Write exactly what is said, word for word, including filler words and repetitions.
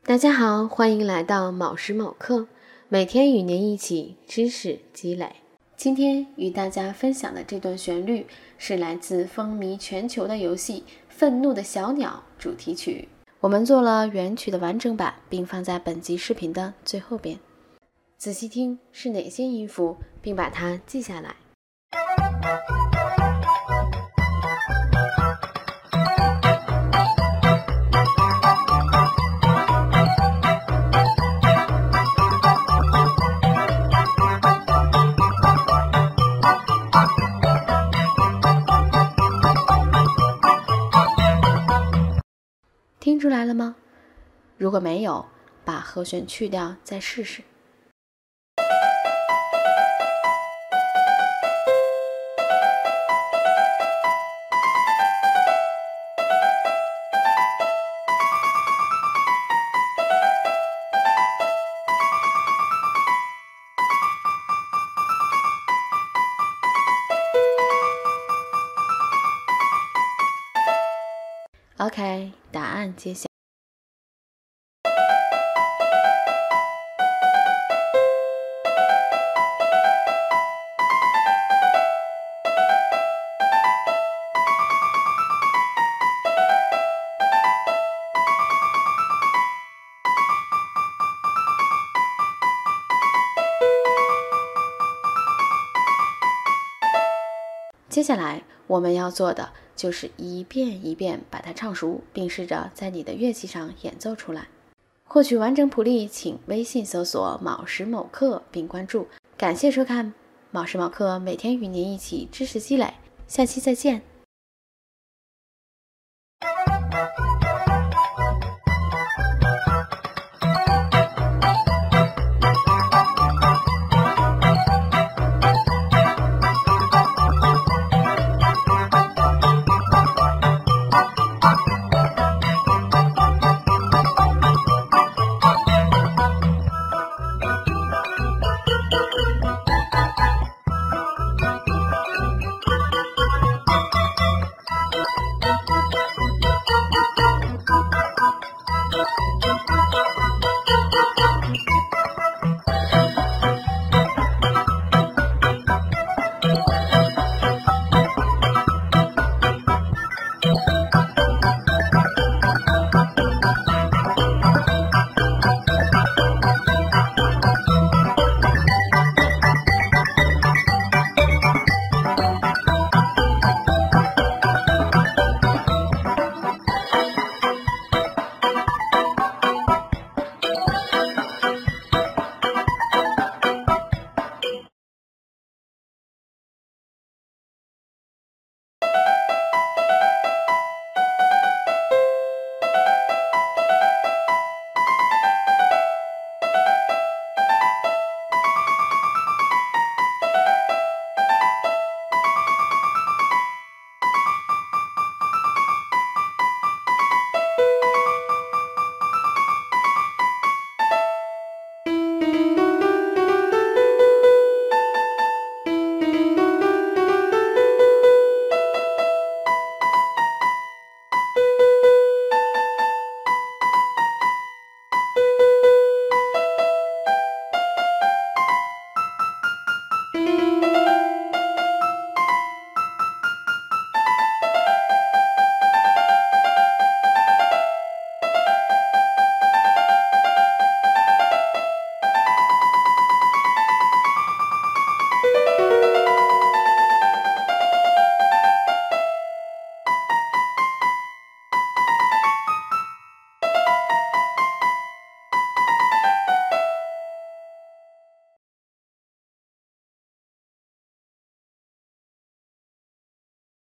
大家好，欢迎来到卯时卯刻，每天与您一起知识积累。今天与大家分享的这段旋律是来自风靡全球的游戏《愤怒的小鸟》主题曲。我们做了原曲的完整版，并放在本集视频的最后边。仔细听是哪些音符，并把它记下来。听出来了吗？如果没有，把和弦去掉再试试。OK， 答案揭晓。接下来我们要做的就是一遍一遍把它唱熟，并试着在你的乐器上演奏出来。获取完整谱例，请微信搜索卯时卯刻并关注。感谢收看卯时卯刻，每天与您一起知识积累，下期再见。Thank you.